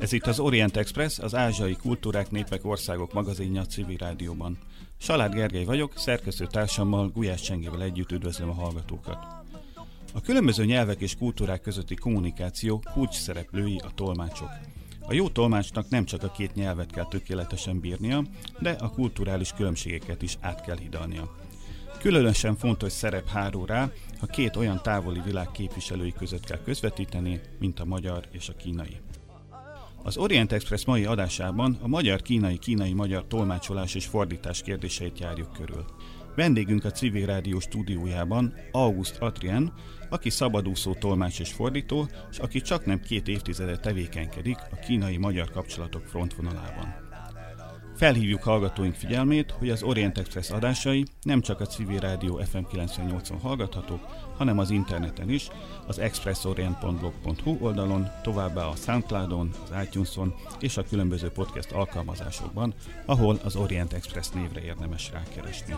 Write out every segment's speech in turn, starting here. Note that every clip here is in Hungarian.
Ez itt az Orient Express, az ázsiai kultúrák, népek, országok magazinja a Civil Rádióban. Salád Gergely vagyok, szerkesztő társammal, Gulyás Csengével együtt üdvözlöm a hallgatókat. A különböző nyelvek és kultúrák közötti kommunikáció kulcs szereplői a tolmácsok. A jó tolmácsnak nem csak a két nyelvet kell tökéletesen bírnia, de a kulturális különbségeket is át kell hidalnia. Különösen fontos szerep hárul rá, ha két olyan távoli világ képviselői között kell közvetíteni, mint a magyar és a kínai. Az Orient Express mai adásában a magyar-kínai-kínai-magyar tolmácsolás és fordítás kérdéseit járjuk körül. Vendégünk a Civil Rádió stúdiójában August Adrien, aki szabadúszó tolmács és fordító, és aki csaknem 2 évtizede tevékenykedik a kínai-magyar kapcsolatok frontvonalában. Felhívjuk hallgatóink figyelmét, hogy az Orient Express adásai nem csak a Civil Rádió FM 98-on hallgathatók, hanem az interneten is, az expressorient.blog.hu oldalon, továbbá a Soundcloudon, az iTunes-on és a különböző podcast alkalmazásokban, ahol az Orient Express névre érdemes rákeresni.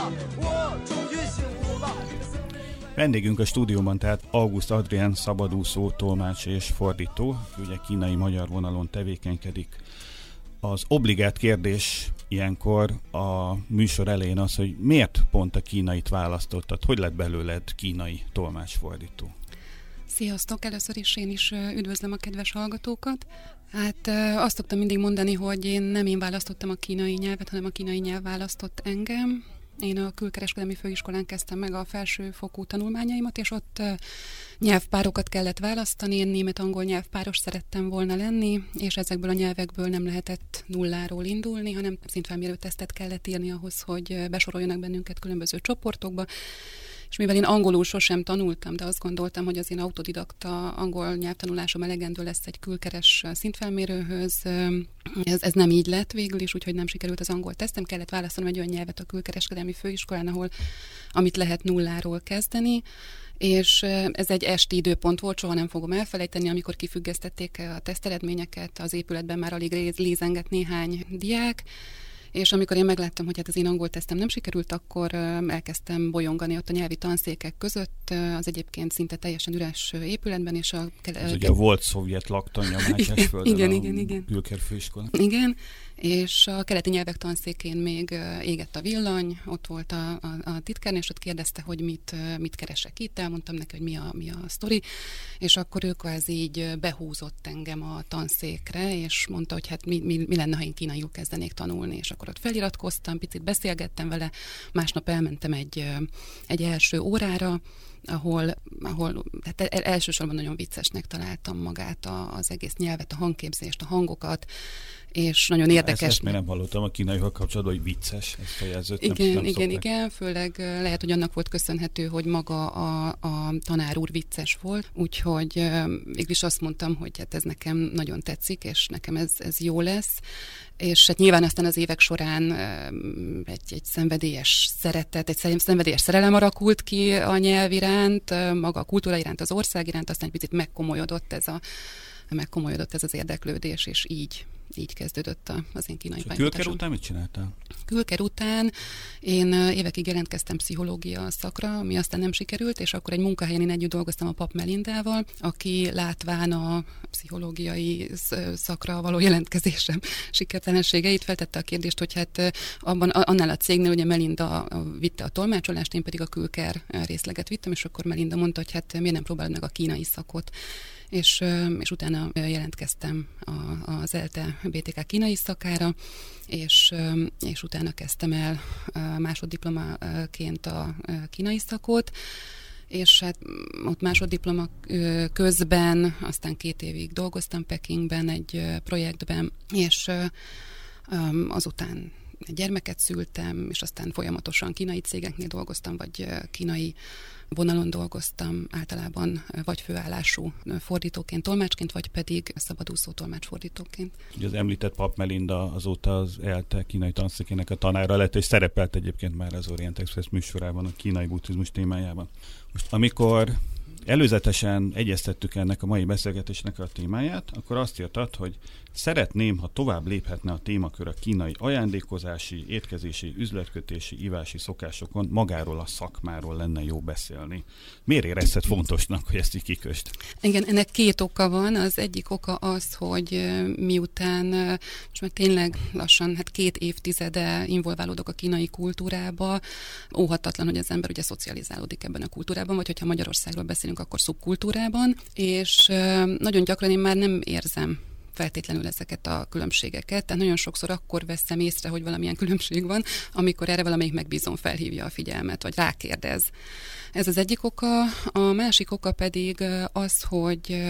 Vendégünk a stúdióban tehát August Adrien, szabadúszó, tolmács és fordító, aki ugye kínai-magyar vonalon tevékenykedik. Az obligát kérdés ilyenkor a műsor elején az, hogy miért pont a kínait választottad, hogy lett belőled kínai tolmácsfordító? Sziasztok! Először is én is üdvözlöm a kedves hallgatókat. Hát azt szoktam mindig mondani, hogy nem én választottam a kínai nyelvet, hanem a kínai nyelv választott engem. Én a Külkereskedelmi Főiskolán kezdtem meg a felsőfokú tanulmányaimat, és ott nyelvpárokat kellett választani. Én német-angol nyelvpáros szerettem volna lenni, és ezekből a nyelvekből nem lehetett nulláról indulni, hanem szintfelmérő tesztet kellett írni ahhoz, hogy besoroljanak bennünket különböző csoportokba. És mivel én angolul sosem tanultam, de azt gondoltam, hogy az én autodidakta angol nyelvtanulásom elegendő lesz egy külkeres szintfelmérőhöz, ez nem így lett végül is, úgyhogy nem sikerült az angol tesztem, kellett választanom egy olyan nyelvet a Külkereskedelmi Főiskolán, amit lehet nulláról kezdeni, és ez egy esti időpont volt, soha nem fogom elfelejteni, amikor kifüggesztették a teszteredményeket, az épületben már alig lézengett néhány diák, és amikor én megláttam, hogy hát az én angol tesztem nem sikerült, akkor elkezdtem bolyongani ott a nyelvi tanszékek között, az egyébként szinte teljesen üres épületben, és ez ugye a volt szovjet laktanya Mátyásföldön, igen. Külkerfőiskola. Igen, és a keleti nyelvek tanszékén még égett a villany, ott volt a titkárnő, és ott kérdezte, hogy mit keresek itt, elmondtam neki, hogy mi a sztori, és akkor ő kvázi így behúzott engem a tanszékre, és mondta, hogy hát mi lenne, ha én kínaiul kezdenék tanulni, és akkor ott feliratkoztam, picit beszélgettem vele, másnap elmentem egy első órára, ahol hát elsősorban nagyon viccesnek találtam magát az egész nyelvet, a hangképzést, a hangokat, és nagyon érdekes. Ezt még nem hallottam a kínaival kapcsolatban, hogy vicces, ezt fejezőt Igen, főleg lehet, hogy annak volt köszönhető, hogy maga a tanár úr vicces volt, úgyhogy végülis azt mondtam, hogy hát ez nekem nagyon tetszik, és nekem ez jó lesz, és hát nyilván aztán az évek során egy szenvedélyes szeretet, egy szenvedélyes szerelem alakult ki a nyelv iránt, maga a kultúra iránt, az ország iránt, aztán egy picit megkomolyodott ez az érdeklődés, és így kezdődött az én kínai pályafutásom. Külker után mit csináltál? Külker után én évekig jelentkeztem pszichológia szakra, ami aztán nem sikerült, és akkor egy munkahelyen én együtt dolgoztam a Pap Melindával, aki látván a pszichológiai szakra való jelentkezésem sikertelenségeit feltette a kérdést, hogy hát annál a cégnél ugye Melinda vitte a tolmácsolást, én pedig a Külker részleget vittem, és akkor Melinda mondta, hogy hát miért nem próbálod meg a kínai szakot. És utána jelentkeztem az ELTE BTK kínai szakára, és utána kezdtem el másoddiplomaként a kínai szakot, és hát ott másoddiploma közben, aztán 2 évig dolgoztam Pekingben egy projektben, és azután gyermeket szültem, és aztán folyamatosan kínai cégeknél dolgoztam, vagy kínai vonalon dolgoztam, általában vagy főállású fordítóként, tolmácsként, vagy pedig szabadúszó tolmácsfordítóként. Ugye az említett Pap Melinda azóta az ELTE kínai tanszékének a tanára lett, és szerepelt egyébként már az Orient Express műsorában a kínai buddhizmus témájában. Most amikor előzetesen egyeztettük ennek a mai beszélgetésnek a témáját, akkor azt írtad, hogy szeretném, ha tovább léphetne a témakör a kínai ajándékozási, étkezési, üzletkötési, ivási szokásokon, magáról a szakmáról lenne jó beszélni. Miért érezted fontosnak, hogy ezt így kiköst? Igen, ennek két oka van. Az egyik oka az, hogy miután most már tényleg lassan 2 évtizede involválódok a kínai kultúrába, óhatatlan, hogy az ember ugye szocializálódik ebben a kultúrában, vagy hogyha Magyarországról beszélünk, akkor szubkultúrában, és nagyon gyakran én már nem érzem feltétlenül ezeket a különbségeket. Tehát nagyon sokszor akkor veszem észre, hogy valamilyen különbség van, amikor erre valamelyik megbízom felhívja a figyelmet, vagy rákérdez. Ez az egyik oka. A másik oka pedig az, hogy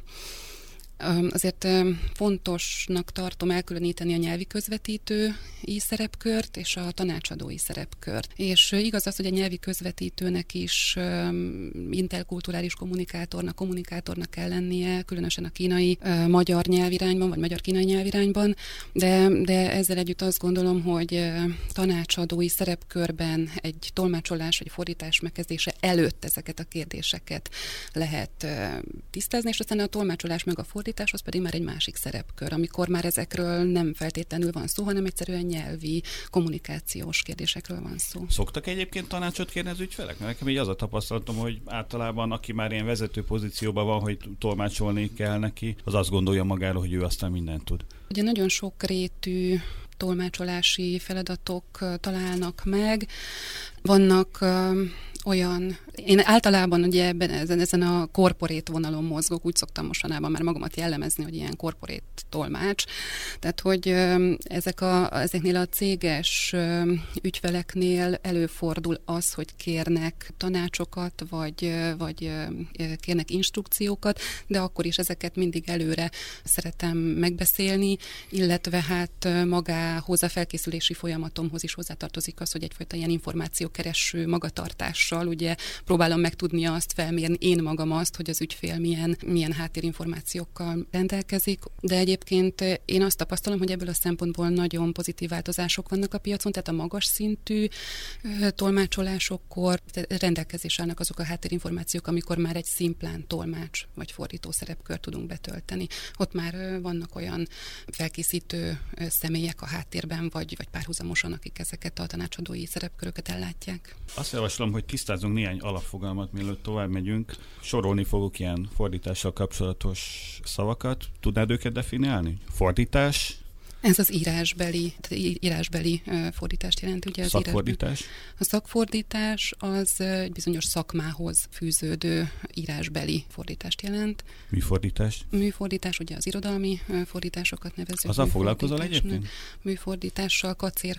azért fontosnak tartom elkülöníteni a nyelvi közvetítői szerepkört és a tanácsadói szerepkört. És igaz az, hogy a nyelvi közvetítőnek is interkulturális kommunikátornak kell lennie, különösen a kínai magyar nyelvirányban, vagy magyar-kínai nyelvirányban, de ezzel együtt azt gondolom, hogy tanácsadói szerepkörben egy tolmácsolás vagy fordítás megkezdése előtt ezeket a kérdéseket lehet tisztázni, és aztán a tolmácsolás meg a fordítás, az pedig már egy másik szerepkör, amikor már ezekről nem feltétlenül van szó, hanem egyszerűen nyelvi, kommunikációs kérdésekről van szó. Szoktak egyébként tanácsot kérni az ügyfelek? Mert nekem így az a tapasztalatom, hogy általában aki már ilyen vezető pozícióban van, hogy tolmácsolni kell neki, az azt gondolja magáról, hogy ő aztán mindent tud. Ugye nagyon sokrétű tolmácsolási feladatok találnak meg. Vannak olyan, én általában ugye ezen a korporét vonalon mozgok, úgy szoktam mostanában már magamat jellemezni, hogy ilyen korporét tolmács. Tehát, hogy ezeknél a céges ügyfeleknél előfordul az, hogy kérnek tanácsokat, vagy kérnek instrukciókat, de akkor is ezeket mindig előre szeretem megbeszélni, illetve hát magához a felkészülési folyamatomhoz is hozzátartozik az, hogy egyfajta ilyen információkereső magatartással ugye próbálom megtudni azt, felmérni én magam azt, hogy az ügyfél milyen háttérinformációkkal rendelkezik, de egyébként én azt tapasztalom, hogy ebből a szempontból nagyon pozitív változások vannak a piacon, tehát a magas szintű tolmácsolásokkor rendelkezésre állnak azok a háttérinformációk, amikor már egy szimplán tolmács vagy fordító szerepkört tudunk betölteni. Ott már vannak olyan felkészítő személyek a háttérben, vagy párhuzamosan, akik ezeket a tanácsadói szerepköröket ellátják. Azt javaslom, hogy tisztázunk néhány alapfogalmat, mielőtt tovább megyünk. Sorolni fogok ilyen fordítással kapcsolatos szavakat. Tudnád őket definiálni? Fordítás? Ez az írásbeli fordítást jelenti. Ugye az szakfordítás? A szakfordítás az egy bizonyos szakmához fűződő írásbeli fordítást jelent. Műfordítás? Műfordítás, ugye az irodalmi fordításokat nevezzük. Azzal foglalkozol egyébként? Műfordítással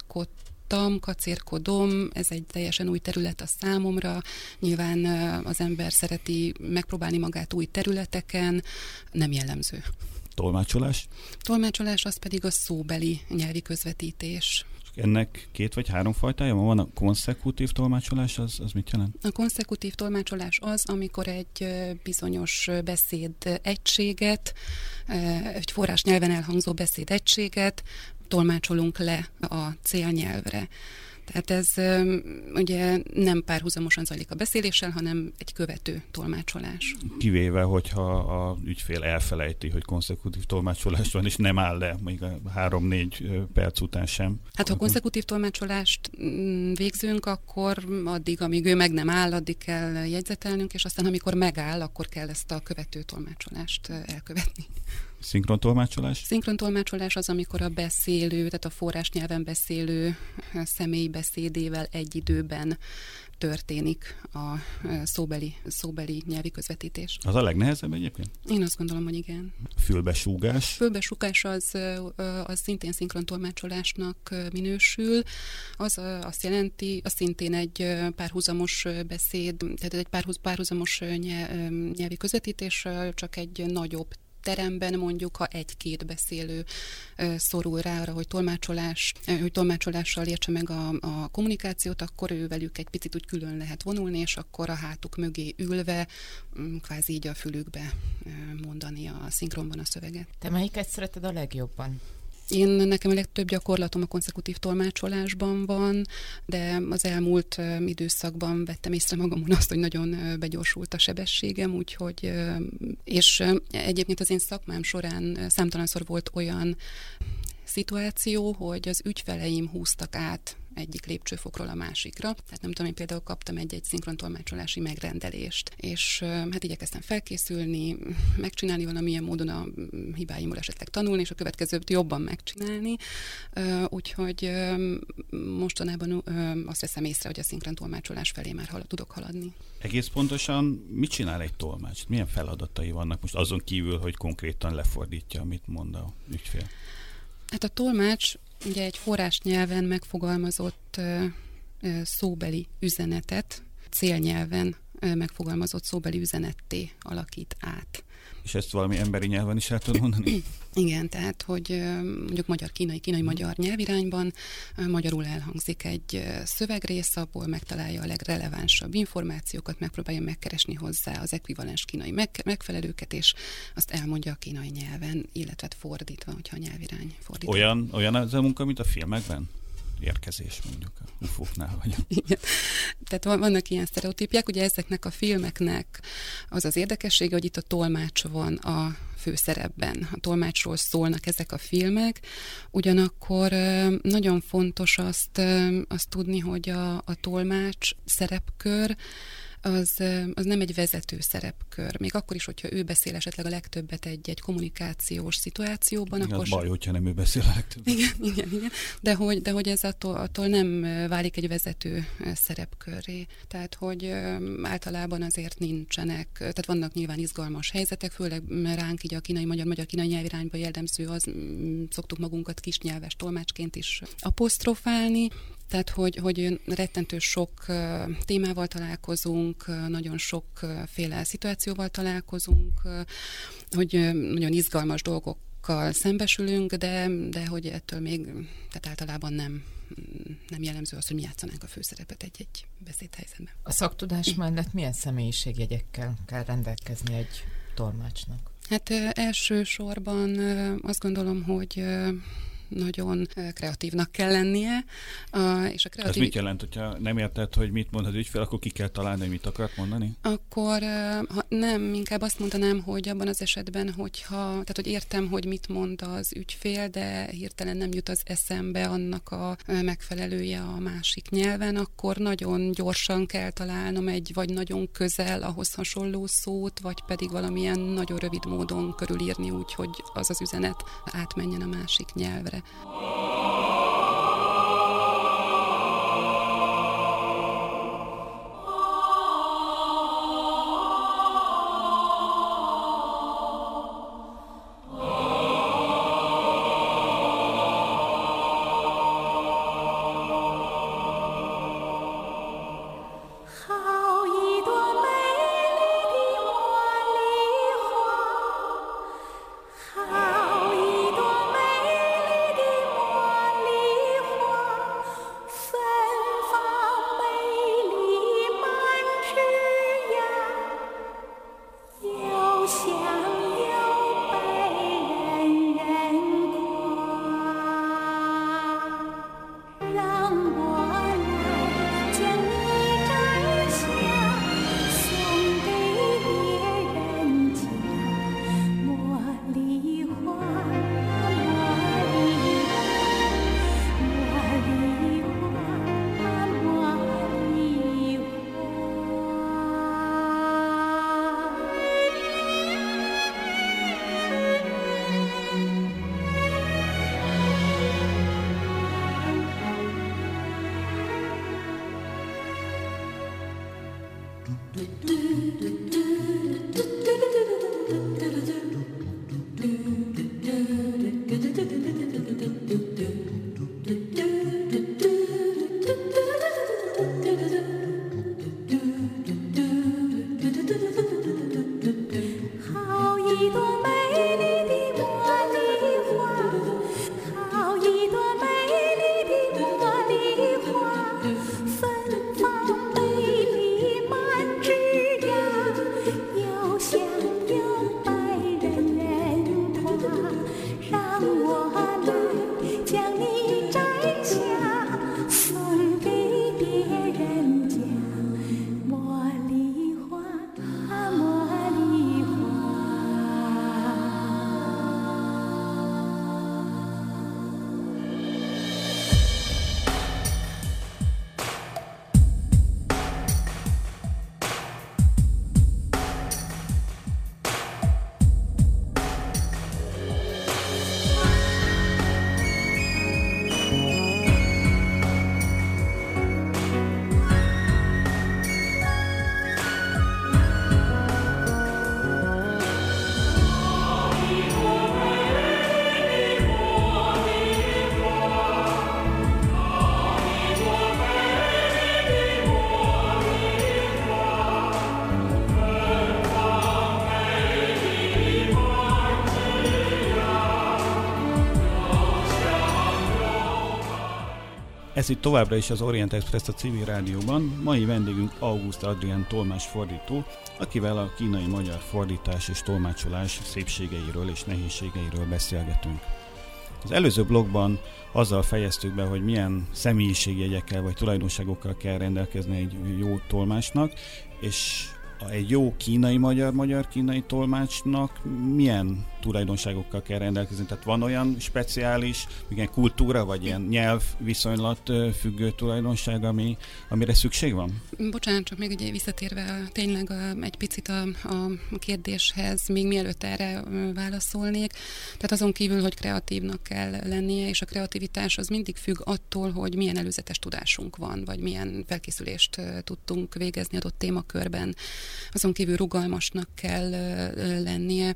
kacérkodom, ez egy teljesen új terület a számomra. Nyilván az ember szereti megpróbálni magát új területeken, nem jellemző. Tolmácsolás? Tolmácsolás az pedig a szóbeli nyelvi közvetítés. Ennek 2 vagy 3 fajtája van? A konszekutív tolmácsolás, az mit jelent? A konszekutív tolmácsolás az, amikor egy bizonyos beszéd egységet, egy forrás nyelven elhangzó beszéd egységet tolmácsolunk le a célnyelvre. Tehát ez ugye nem párhuzamosan zajlik a beszéléssel, hanem egy követő tolmácsolás. Kivéve, hogyha a ügyfél elfelejti, hogy konszekutív tolmácsolás van, és nem áll le, még 3-4 perc után sem. Hát ha konszekutív tolmácsolást végzünk, akkor addig, amíg ő meg nem áll, addig kell jegyzetelnünk, és aztán amikor megáll, akkor kell ezt a követő tolmácsolást elkövetni. Szinkrontolmácsolás? Szinkrontolmácsolás az, amikor a beszélő, tehát a forrás nyelven beszélő személy beszédével egy időben történik a szóbeli nyelvi közvetítés. Az a legnehezebb egyébként? Én azt gondolom, hogy igen. Fülbesúgás? Fülbesúgás az szintén szinkrontolmácsolásnak minősül. Az azt jelenti, az szintén egy párhuzamos beszéd, tehát egy párhuzamos nyelvi közvetítés, csak egy nagyobb teremben mondjuk, ha 1-2 beszélő szorul rá arra, hogy tolmácsolással értse meg a kommunikációt, akkor ővelük egy picit úgy külön lehet vonulni, és akkor a hátuk mögé ülve kvázi így a fülükbe mondani a szinkronban a szöveget. Te melyiket szereted a legjobban? Nekem a legtöbb gyakorlatom a konszekutív tolmácsolásban van, de az elmúlt időszakban vettem észre magamon azt, hogy nagyon begyorsult a sebességem, úgyhogy, és egyébként az én szakmám során számtalanszor volt olyan szituáció, hogy az ügyfeleim húztak át egyik lépcsőfokról a másikra. Tehát nem tudom, én például kaptam egy szinkrontolmácsolási megrendelést, és hát igyekeztem felkészülni, megcsinálni valamilyen módon, a hibáimból esetleg tanulni, és a következőt jobban megcsinálni. Úgyhogy mostanában azt veszem észre, hogy a szinkrontolmácsolás felé már tudok haladni. Egész pontosan mit csinál egy tolmács? Milyen feladatai vannak most azon kívül, hogy konkrétan lefordítja, amit mond a ügyfél? Hát a tolmács ugye egy forrásnyelven megfogalmazott szóbeli üzenetet célnyelven megfogalmazott szóbeli üzenetté alakít át. És ezt valami emberi nyelven is el tudod mondani? Igen, tehát, hogy mondjuk magyar-kínai-magyar nyelvirányban magyarul elhangzik egy szövegrész, abból megtalálja a legrelevánsabb információkat, megpróbálja megkeresni hozzá az ekvivalens kínai megfelelőket, és azt elmondja a kínai nyelven, illetve fordítva, hogyha a nyelvirány fordítva. Olyan az a munka, mint a filmekben? Érkezés mondjuk a UFO-knál vagy. Igen. Tehát vannak ilyen sztereotípiák, ugye ezeknek a filmeknek az az érdekessége, hogy itt a tolmács van a főszerepben. A tolmácsról szólnak ezek a filmek, ugyanakkor nagyon fontos azt tudni, hogy a tolmács szerepkör az nem egy vezető szerepkör. Még akkor is, hogyha ő beszél esetleg a legtöbbet egy kommunikációs szituációban. Igen, akkor az baj, hogyha nem ő beszél a legtöbbet. Igen. De hogy ez attól nem válik egy vezető szerepkörré. Tehát, hogy általában azért nincsenek, tehát vannak nyilván izgalmas helyzetek, főleg ránk így a magyar-kínai nyelvirányba jellemző, az szoktuk magunkat kisnyelves tolmácsként is apostrofálni. Tehát, hogy rettentő sok témával találkozunk, nagyon sokféle szituációval találkozunk, hogy nagyon izgalmas dolgokkal szembesülünk, de hogy ettől még, tehát általában nem jellemző az, hogy mi játszanánk a főszerepet egy beszédhelyzetben. A szaktudás mellett milyen személyiségjegyekkel kell rendelkezni egy tolmácsnak? Hát elsősorban azt gondolom, hogy nagyon kreatívnak kell lennie. És Ez mit jelent, hogyha nem érted, hogy mit mond az ügyfél, akkor ki kell találni, hogy mit akart mondani? Akkor nem, inkább azt mondanám, hogy abban az esetben, tehát hogy értem, hogy mit mond az ügyfél, de hirtelen nem jut az eszembe annak a megfelelője a másik nyelven, akkor nagyon gyorsan kell találnom egy vagy nagyon közel ahhoz hasonló szót, vagy pedig valamilyen nagyon rövid módon körülírni úgy, hogy az az üzenet átmenjen a másik nyelvre. Ez itt továbbra is az Orient Express a Civil Rádióban. Mai vendégünk August Adrián tolmácsfordító, akivel a kínai-magyar fordítás és tolmácsolás szépségeiről és nehézségeiről beszélgetünk. Az előző blogban azzal fejeztük be, hogy milyen személyiségjegyekkel vagy tulajdonságokkal kell rendelkezni egy jó tolmácsnak, és egy jó kínai-magyar kínai tolmácsnak milyen tulajdonságokkal kell rendelkezni? Tehát van olyan speciális, ilyen kultúra, vagy ilyen nyelv viszonylat függő tulajdonság, amire szükség van? Bocsánat, csak még ugye visszatérve tényleg egy picit a kérdéshez, még mielőtt erre válaszolnék. Tehát azon kívül, hogy kreatívnak kell lennie, és a kreativitás az mindig függ attól, hogy milyen előzetes tudásunk van, vagy milyen felkészülést tudtunk végezni adott témakörben. Azon kívül rugalmasnak kell lennie,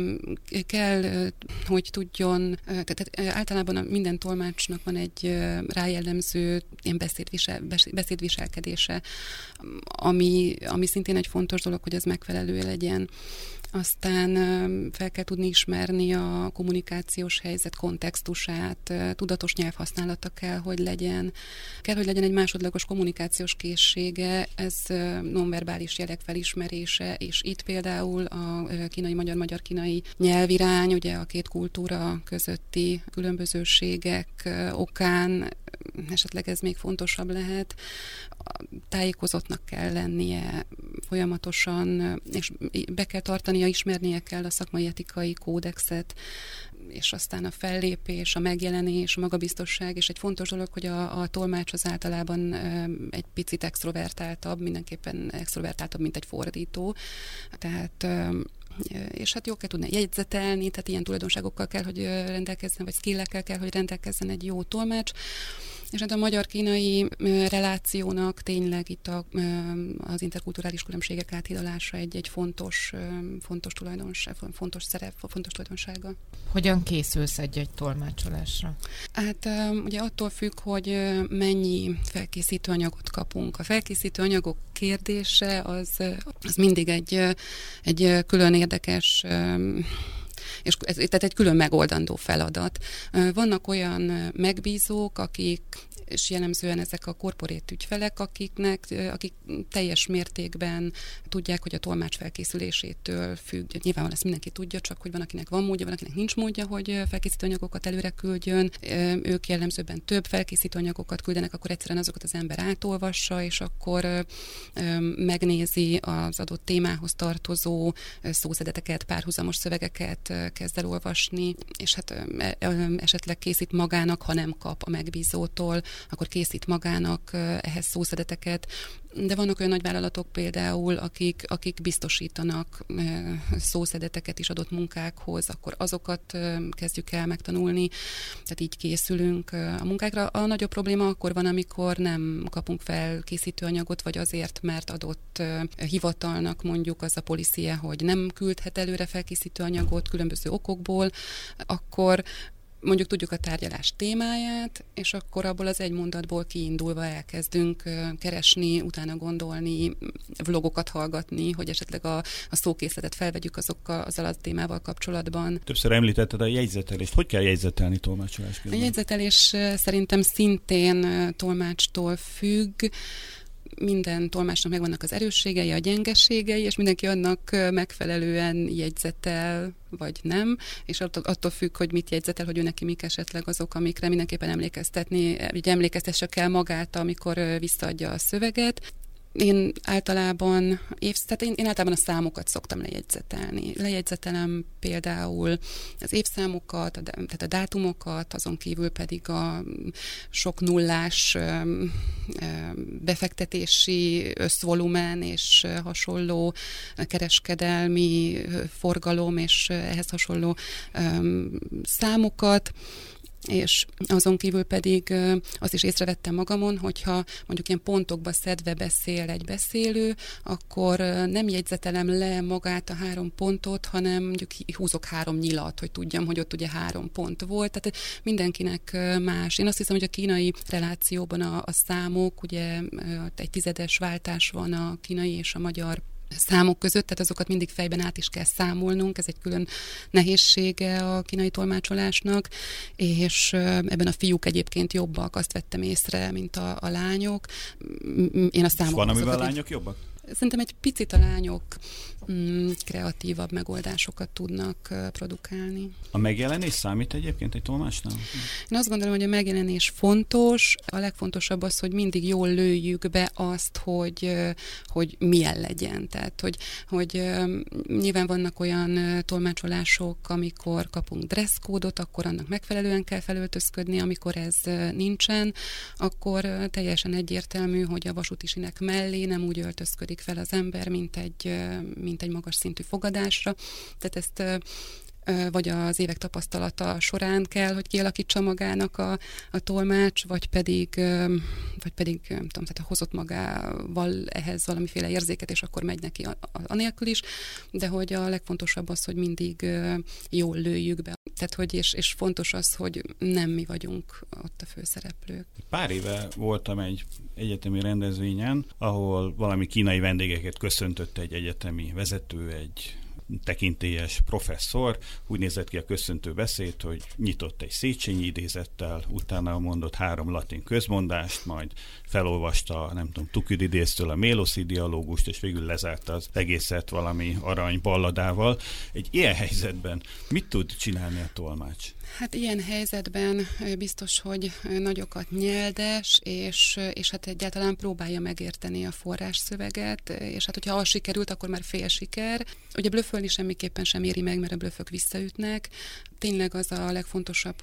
kell, hogy tudjon, tehát általában minden tolmácsnak van egy rájellemző ilyen beszédviselkedése, ami szintén egy fontos dolog, hogy ez megfelelő legyen. Aztán fel kell tudni ismerni a kommunikációs helyzet kontextusát, tudatos nyelvhasználata kell, hogy legyen. Kell, hogy legyen egy másodlagos kommunikációs készsége, ez nonverbális jelek felismerése, és itt például a kínai-magyar kínai nyelvirány, ugye a két kultúra közötti különbözőségek okán esetleg ez még fontosabb lehet. Tájékozottnak kell lennie folyamatosan, és be kell tartania, ismernie kell a szakmai etikai kódexet, és aztán a fellépés, a megjelenés, a magabiztosság, és egy fontos dolog, hogy a tolmács az általában egy picit extrovertáltabb, mindenképpen extrovertáltabb, mint egy fordító. Tehát és hát jól kell tudni jegyzetelni, tehát ilyen tulajdonságokkal kell, hogy rendelkezzen, vagy skillekkel kell, hogy rendelkezzen egy jó tolmács. És hát a magyar-kínai relációnak tényleg itt az interkulturális különbségek áthidalása egy fontos tulajdonság, fontos szerep, fontos tulajdonsága. Hogyan készülsz egy tolmácsolásra? Hát ugye attól függ, hogy mennyi felkészítő anyagot kapunk. A felkészítő anyagok kérdése az mindig egy külön érdekes és tehát egy külön megoldandó feladat. Vannak olyan megbízók, és jellemzően ezek a korporét ügyfelek, akik teljes mértékben tudják, hogy a tolmács felkészülésétől függ. Nyilvánvalóan ezt mindenki tudja, csak hogy van, akinek van módja, van, akinek nincs módja, hogy felkészítő anyagokat előre küldjön. Ők jellemzőben több felkészítő anyagokat küldenek, akkor egyszerűen azokat az ember átolvassa, és akkor megnézi az adott témához tartozó szózedeteket, párhuzamos szövegeket kezd el olvasni, és hát esetleg készít magának, ha nem kap a megbízótól, akkor készít magának ehhez szószedeteket. De vannak olyan nagyvállalatok például, akik biztosítanak szószedeteket is adott munkákhoz, akkor azokat kezdjük el megtanulni, tehát így készülünk a munkákra. A nagyobb probléma akkor van, amikor nem kapunk fel készítőanyagot, vagy azért, mert adott hivatalnak mondjuk az a policie, hogy nem küldhet előre felkészítőanyagot különböző okokból, akkor mondjuk tudjuk a tárgyalás témáját, és akkor abból az egy mondatból kiindulva elkezdünk keresni, utána gondolni, vlogokat hallgatni, hogy esetleg a szókészletet felvegyük azzal a témával kapcsolatban. Többször említetted a jegyzetelést. Hogy kell jegyzetelni tolmácsolás közben? A jegyzetelés szerintem szintén tolmácstól függ. Minden tolmácsnak megvannak az erősségei, a gyengeségei, és mindenki annak megfelelően jegyzetel, vagy nem, és attól függ, hogy mit jegyzetel, hogy ő neki mik esetleg azok, amikre mindenképpen emlékeztesse kell magát, amikor visszaadja a szöveget. Én általában a számokat szoktam lejegyzetelni. Lejegyzetelem például az évszámokat, tehát a dátumokat, azon kívül pedig a sok nullás befektetési összvolumen és hasonló kereskedelmi forgalom és ehhez hasonló számokat. És azon kívül pedig azt is észrevettem magamon, hogyha mondjuk ilyen pontokba szedve beszél egy beszélő, akkor nem jegyzetelem le magát a 3 pontot, hanem mondjuk húzok 3 nyilat, hogy tudjam, hogy ott ugye 3 pont volt. Tehát mindenkinek más. Én azt hiszem, hogy a kínai relációban a számok, ugye egy tizedes váltás van a kínai és a magyar számok között, tehát azokat mindig fejben át is kell számolnunk, ez egy külön nehézsége a kínai tolmácsolásnak, és ebben a fiúk egyébként jobbak, azt vettem észre, mint a lányok. Én a számok. Van, amivel a lányok jobbak? Szerintem egy picit a lányok kreatívabb megoldásokat tudnak produkálni. A megjelenés számít egyébként egy tolmácsnál? Én azt gondolom, hogy a megjelenés fontos. A legfontosabb az, hogy mindig jól lőjük be azt, hogy milyen legyen. Tehát, hogy nyilván vannak olyan tolmácsolások, amikor kapunk dresszkódot, akkor annak megfelelően kell felöltözködni, amikor ez nincsen, akkor teljesen egyértelmű, hogy a vasúti sinek mellé nem úgy öltözködik fel az ember, mint egy magas szintű fogadásra. Tehát ezt vagy az évek tapasztalata során kell, hogy kialakítsa magának a tolmács, vagy pedig nem tudom, tehát hozott magával ehhez valamiféle érzéket, és akkor megy neki anélkül is, de hogy a legfontosabb az, hogy mindig jól lőjük be. Tehát, hogy és fontos az, hogy nem mi vagyunk ott a főszereplők. Pár éve voltam egy egyetemi rendezvényen, ahol valami kínai vendégeket köszöntött egy egyetemi vezető, egy tekintélyes professzor. Úgy nézett ki a köszöntő beszéd, hogy nyitott egy Széchenyi idézettel, utána mondott 3 latin közmondást, majd felolvasta, nem tudom, Thukydides-től a Méloszi dialógust, és végül lezárta az egészet valami arany balladával. Egy ilyen helyzetben mit tud csinálni a tolmács? Hát ilyen helyzetben biztos, hogy nagyokat nyeldes, és hát egyáltalán próbálja megérteni a forrásszöveget, és hát hogyha az sikerült, akkor már fél siker. Ugye blöffölni semmiképpen sem éri meg, mert a blöffök visszaütnek. Tényleg az a legfontosabb,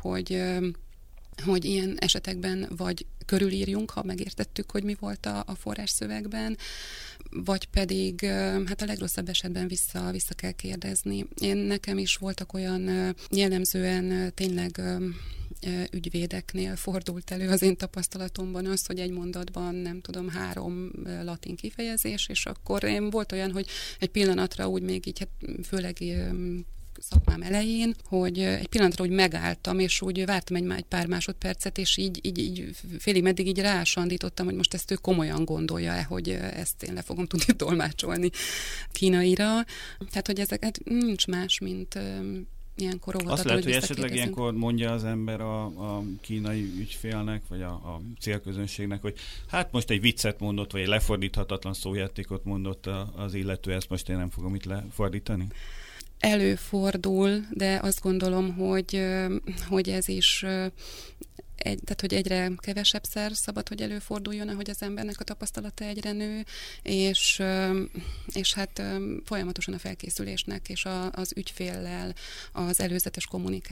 hogy ilyen esetekben vagy körülírjunk, ha megértettük, hogy mi volt a forrásszövegben, vagy pedig hát a legrosszabb esetben vissza kell kérdezni. Nekem is voltak olyan jellemzően tényleg ügyvédeknél fordult elő az én tapasztalatomban az, hogy egy mondatban, nem tudom, 3 latin kifejezés, és akkor volt olyan, hogy egy pillanatra úgy még így, hát főleg szakmám elején, hogy egy pillanatra úgy megálltam, és úgy vártam egy pár másodpercet, és így félig meddig így rásandítottam, hogy most ezt ő komolyan gondolja-e, hogy ezt én le fogom tudni tolmácsolni kínaira. Tehát, hogy ezeket nincs más, mint ilyenkor óvatatlan, azt lehet, hogy esetleg ilyenkor mondja az ember a kínai ügyfélnek, vagy a célközönségnek, hogy hát most egy viccet mondott, vagy egy lefordíthatatlan szójátékot mondott az illető, ezt most én nem fogom itt lefordítani? Előfordul, de azt gondolom, hogy ez is tehát, hogy egyre kevesebbszer szabad, hogy előforduljon, ahogy az embernek a tapasztalata egyre nő, és hát folyamatosan a felkészülésnek és az ügyféllel az előzetes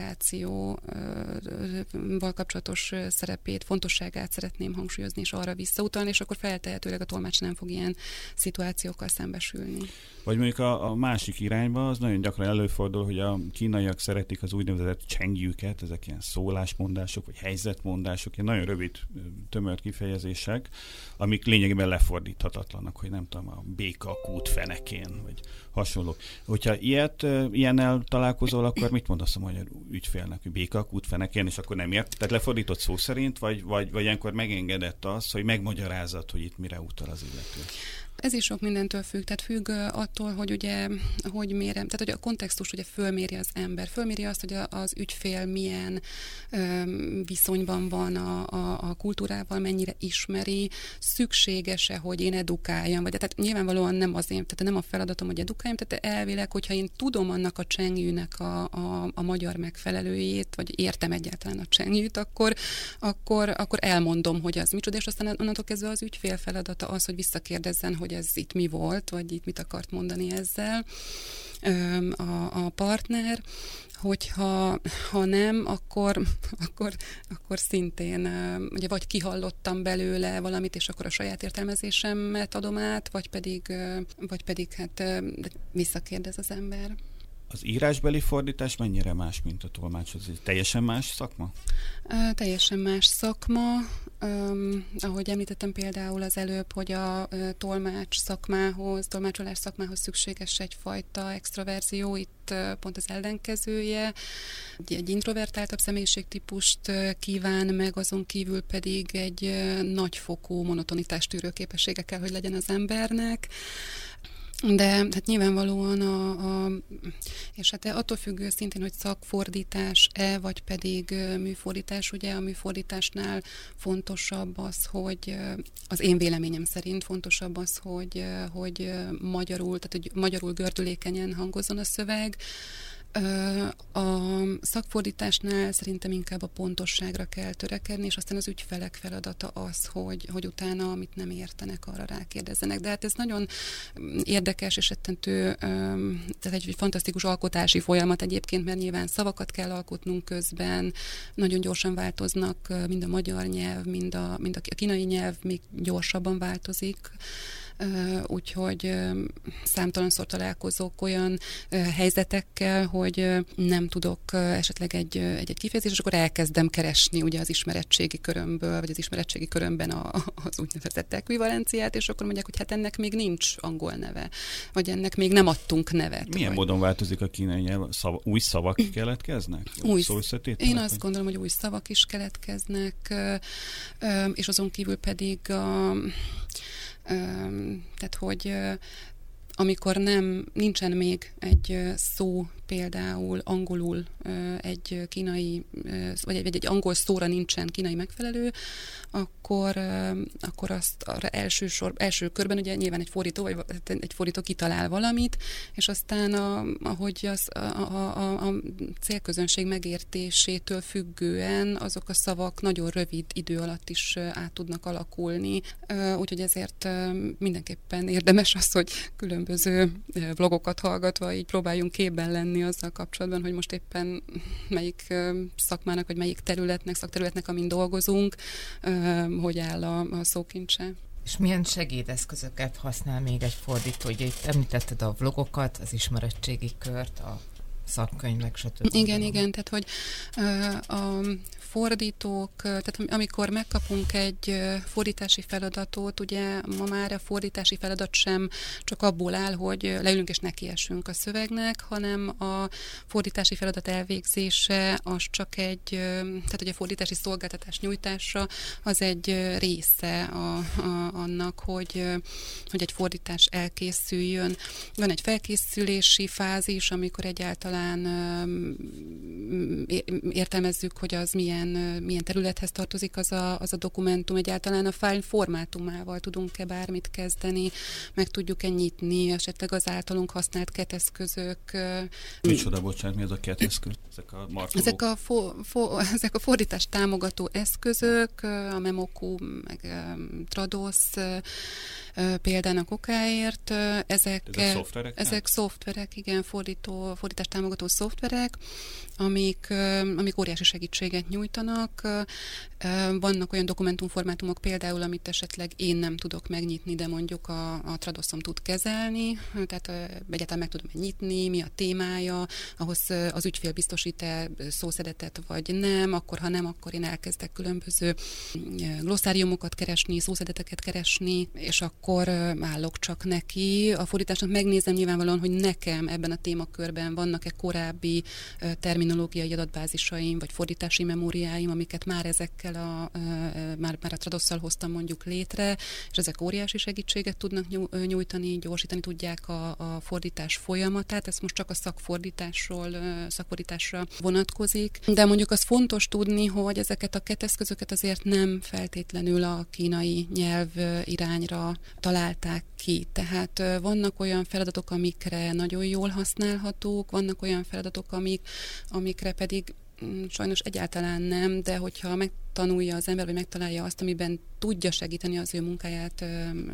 kommunikációval kapcsolatos szerepét, fontosságát szeretném hangsúlyozni, és arra visszautalni, és akkor feltehetőleg a tolmács nem fog ilyen szituációkkal szembesülni. Vagy mondjuk a másik irányba, az nagyon gyakran előfordul, hogy a kínaiak szeretik az úgynevezett csengjüket, ezek ilyen szólásmondások, vagy helyzetmondások, ilyen nagyon rövid, tömör kifejezések, amik lényegében lefordíthatatlanak, hogy nem tudom, a béka a kút fenekén, vagy hasonló. Hogyha ilyennel találkozol, akkor mit mondasz a magyar ügyfélnek, hogy béka a kút fenekén, és akkor nem ért? Tehát lefordított szó szerint, vagy ilyenkor megengedett az, hogy megmagyarázat, hogy itt mire utal az illető? Ez is sok mindentől függ, tehát függ attól, hogy ugye, hogy mérem, tehát hogy a kontextus ugye fölméri az ember, fölméri azt, hogy az ügyfél milyen viszonyban van a kultúrával, mennyire ismeri, szükséges-e, hogy én edukáljam, vagy tehát nyilvánvalóan nem az én, tehát nem a feladatom, hogy edukáljam, tehát elvileg, hogyha én tudom annak a csengjűnek a magyar megfelelőjét, vagy értem egyáltalán a csengjűt, akkor elmondom, hogy az micsoda, és aztán onnantól kezdve az ügyfél feladata az, hogy visszakérdezzen, hogy ez itt mi volt, vagy itt mit akart mondani ezzel a partner, hogyha nem, akkor szintén ugye vagy kihallottam belőle valamit, és akkor a saját értelmezésemet adom át, vagy pedig hát visszakérdez az ember. Az írásbeli fordítás mennyire más, mint a tolmács? Ez egy teljesen más szakma? Teljesen más szakma. Ahogy említettem például az előbb, hogy a tolmácsolás szakmához szükséges egyfajta extraverzió, itt pont az ellenkezője. Egy introvertáltabb személyiségtípust kíván meg, azon kívül pedig egy nagyfokú monotonitást tűrő képessége kell, hogy legyen az embernek. De hát nyilvánvalóan és hát attól függő szintén, hogy szakfordítás-e, vagy pedig műfordítás, ugye a műfordításnál fontosabb az, hogy az én véleményem szerint fontosabb az, hogy magyarul, tehát hogy magyarul gördülékenyen hangozzon a szöveg. A szakfordításnál szerintem inkább a pontosságra kell törekedni, és aztán az ügyfelek feladata az, hogy utána, amit nem értenek, arra rákérdezzenek. De hát ez nagyon érdekes és rettentő, tehát egy fantasztikus alkotási folyamat egyébként, mert nyilván szavakat kell alkotnunk közben, nagyon gyorsan változnak, mind a magyar nyelv, mind a kínai nyelv még gyorsabban változik. Úgyhogy számtalanszor találkozok olyan helyzetekkel, hogy nem tudok esetleg egy kifejezést, és akkor elkezdem keresni ugye az ismeretségi körömből, vagy az ismeretségi körömben az úgynevezett ekvivalenciát, és akkor mondják, hogy hát ennek még nincs angol neve, vagy ennek még nem adtunk nevet. Milyen módon változik a kínai nyelv? Új szavak keletkeznek? Én azt gondolom, hogy új szavak is keletkeznek, és azon kívül pedig tehát, hogy amikor nincsen még egy szó, például angolul egy kínai, vagy egy angol szóra nincsen kínai megfelelő, akkor azt első körben ugye nyilván egy fordító kitalál valamit, és aztán ahogy a célközönség megértésétől függően azok a szavak nagyon rövid idő alatt is át tudnak alakulni. Úgyhogy ezért mindenképpen érdemes az, hogy különböző vlogokat hallgatva így próbáljunk képben lenni azzal kapcsolatban, hogy most éppen melyik szakmának, vagy melyik szakterületnek, amin dolgozunk, hogy áll a szókincse. És milyen segédeszközöket használ még egy fordító? Ugye itt említetted a vlogokat, az ismeretségi kört, a szakkönyvek, stb. Igen, tehát hogy a fordítók, tehát amikor megkapunk egy fordítási feladatot, ugye ma már a fordítási feladat sem csak abból áll, hogy leülünk és nekiesünk a szövegnek, hanem a fordítási feladat elvégzése az csak tehát hogy a fordítási szolgáltatás nyújtása az egy része annak, hogy egy fordítás elkészüljön. Van egy felkészülési fázis, amikor egyáltalán értelmezzük, hogy az milyen területhez tartozik az a dokumentum, egyáltalán a file formátumával tudunk-e bármit kezdeni, meg tudjuk-e nyitni, esetleg az általunk használt keteszközök. Micsoda, bocsánat, mi az a keteszköz? Ezek a markolók? Ezek a fordítást támogató eszközök, a Memoku, meg Trados példának okáért. Ezek szoftverek, igen, fordítást támogató szoftverek, amik óriási segítséget nyújtanak. Vannak olyan dokumentumformátumok például, amit esetleg én nem tudok megnyitni, de mondjuk a Tradosom tud kezelni, tehát egyáltalán meg tudom nyitni, mi a témája, ahhoz az ügyfél biztosít-e szószedetet vagy nem, akkor ha nem, akkor én elkezdek különböző glossáriumokat keresni, szószedeteket keresni, és akkor állok csak neki. A fordításnak megnézem nyilvánvalóan, hogy nekem ebben a témakörben vannak-e korábbi terminológiai adatbázisaim, vagy fordítási memóriáim, amiket már ezekkel már a Tradosszal hoztam mondjuk létre, és ezek óriási segítséget tudnak nyújtani, gyorsítani tudják a fordítás folyamatát. Ez most csak a szakfordításra vonatkozik. De mondjuk az fontos tudni, hogy ezeket a keteszközöket azért nem feltétlenül a kínai nyelv irányra találták ki. Tehát vannak olyan feladatok, amikre nagyon jól használhatók, vannak olyan feladatok, amikre pedig sajnos egyáltalán nem, de hogyha megtanulja az ember, vagy megtalálja azt, amiben tudja segíteni az ő munkáját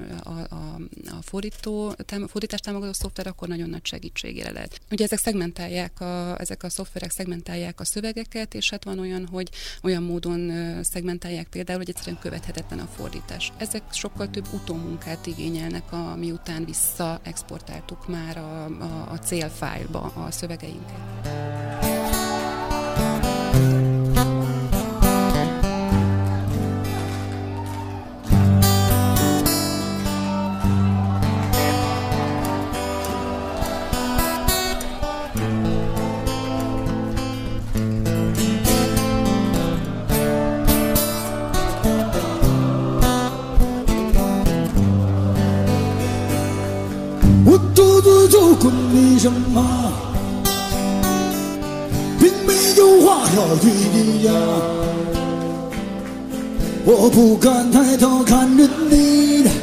a fordítás támogató szoftver, akkor nagyon nagy segítségére lehet. Ugye ezek a szoftverek szegmentálják a szövegeket, és hát van olyan, hogy olyan módon szegmentálják például, hogy egyszerűen követhetetlen a fordítás. Ezek sokkal több utómunkát igényelnek, miután visszaexportáltuk már a célfájlba a szövegeinket. 要追你呀，我不敢抬头看着你的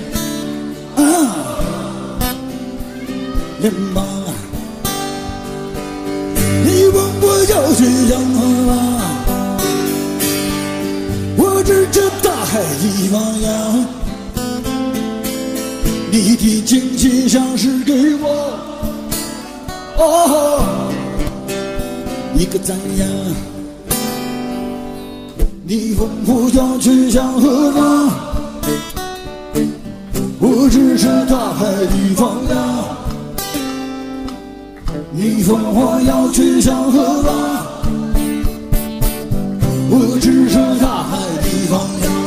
脸庞，你问我要去向何方，我指着大海一方呀，你的惊奇像是给我一个赞扬，你问我要去向何方，我只是大海的方向，你问我要去向何方，我只是大海的方向。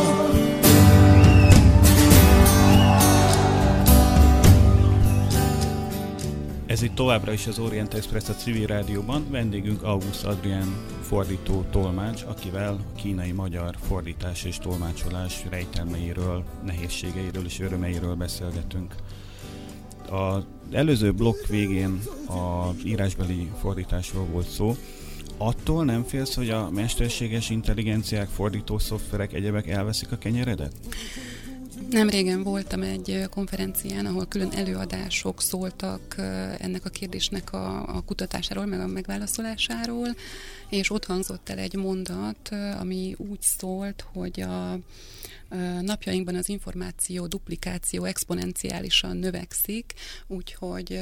Ez itt továbbra is az Orient Express a civil rádióban. Vendégünk August Adrián fordító tolmács, akivel a kínai-magyar fordítás és tolmácsolás rejtelmeiről, nehézségeiről és örömeiről beszélgetünk. Az előző blokk végén az írásbeli fordításról volt szó. Attól nem félsz, hogy a mesterséges intelligenciák, fordító szoftverek, egyebek elveszik a kenyeredet? Nem régen voltam egy konferencián, ahol külön előadások szóltak ennek a kérdésnek a kutatásáról, meg a megválaszolásáról, és ott hangzott el egy mondat, ami úgy szólt, hogy a napjainkban az információ duplikáció exponenciálisan növekszik, úgyhogy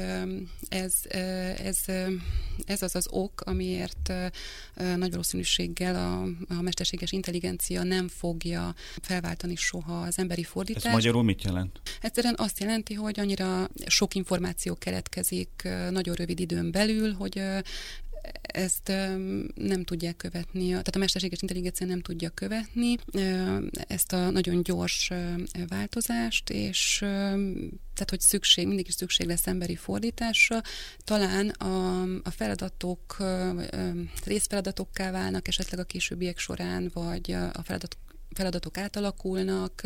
ez az ok, amiért nagy valószínűséggel a mesterséges intelligencia nem fogja felváltani soha az emberi fordítást. Ez magyarul mit jelent? Egyszerűen azt jelenti, hogy annyira sok információ keletkezik nagyon rövid időn belül, hogy ezt nem tudják követni, tehát a mesterséges intelligencia nem tudja követni ezt a nagyon gyors változást, és tehát, hogy mindig is szükség lesz emberi fordításra. Talán a feladatok részfeladatokká válnak esetleg a későbbiek során, vagy a feladatok átalakulnak,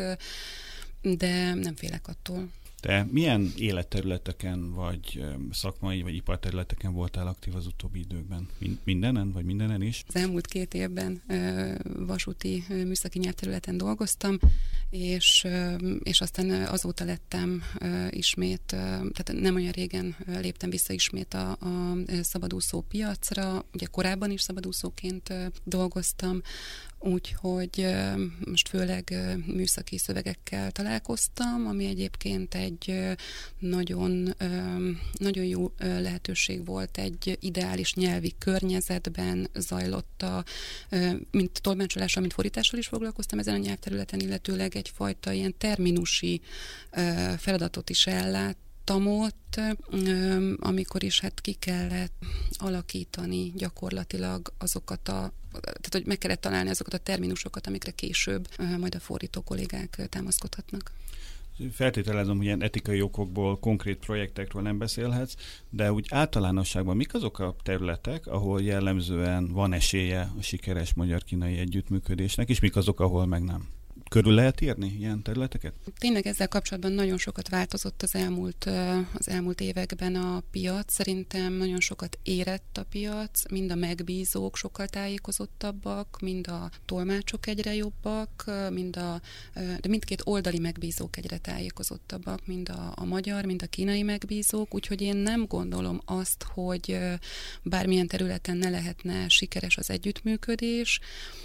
de nem félek attól. Te milyen életterületeken, vagy szakmai, vagy iparterületeken voltál aktív az utóbbi időkben? Mindenen, vagy mindenen is? Az elmúlt 2 évben vasúti műszaki nyelvterületen dolgoztam, és aztán azóta lettem ismét, tehát nem olyan régen léptem vissza ismét a szabadúszó piacra, ugye korábban is szabadúszóként dolgoztam, úgyhogy most főleg műszaki szövegekkel találkoztam, ami egyébként egy nagyon, nagyon jó lehetőség volt, egy ideális nyelvi környezetben zajlott mint tolmácsolással, mint fordítással is foglalkoztam ezen a nyelvterületen, illetőleg egyfajta ilyen terminusi feladatot is elláttam ott, amikor is hát ki kellett alakítani gyakorlatilag azokat tehát hogy meg kellett találni azokat a terminusokat, amikre később majd a fordító kollégák támaszkodhatnak. Feltételezem, hogy ilyen etikai okokból, konkrét projektekről nem beszélhetsz, de úgy általánosságban mik azok a területek, ahol jellemzően van esélye a sikeres magyar-kínai együttműködésnek, és mik azok, ahol meg nem? Körül lehet írni ilyen területeket? Tényleg ezzel kapcsolatban nagyon sokat változott az elmúlt években a piac. Szerintem nagyon sokat érett a piac, mind a megbízók sokkal tájékozottabbak, mind a tolmácsok egyre jobbak, de mindkét oldali megbízók egyre tájékozottabbak, mind a magyar, mind a kínai megbízók, úgyhogy én nem gondolom azt, hogy bármilyen területen ne lehetne sikeres az együttműködés.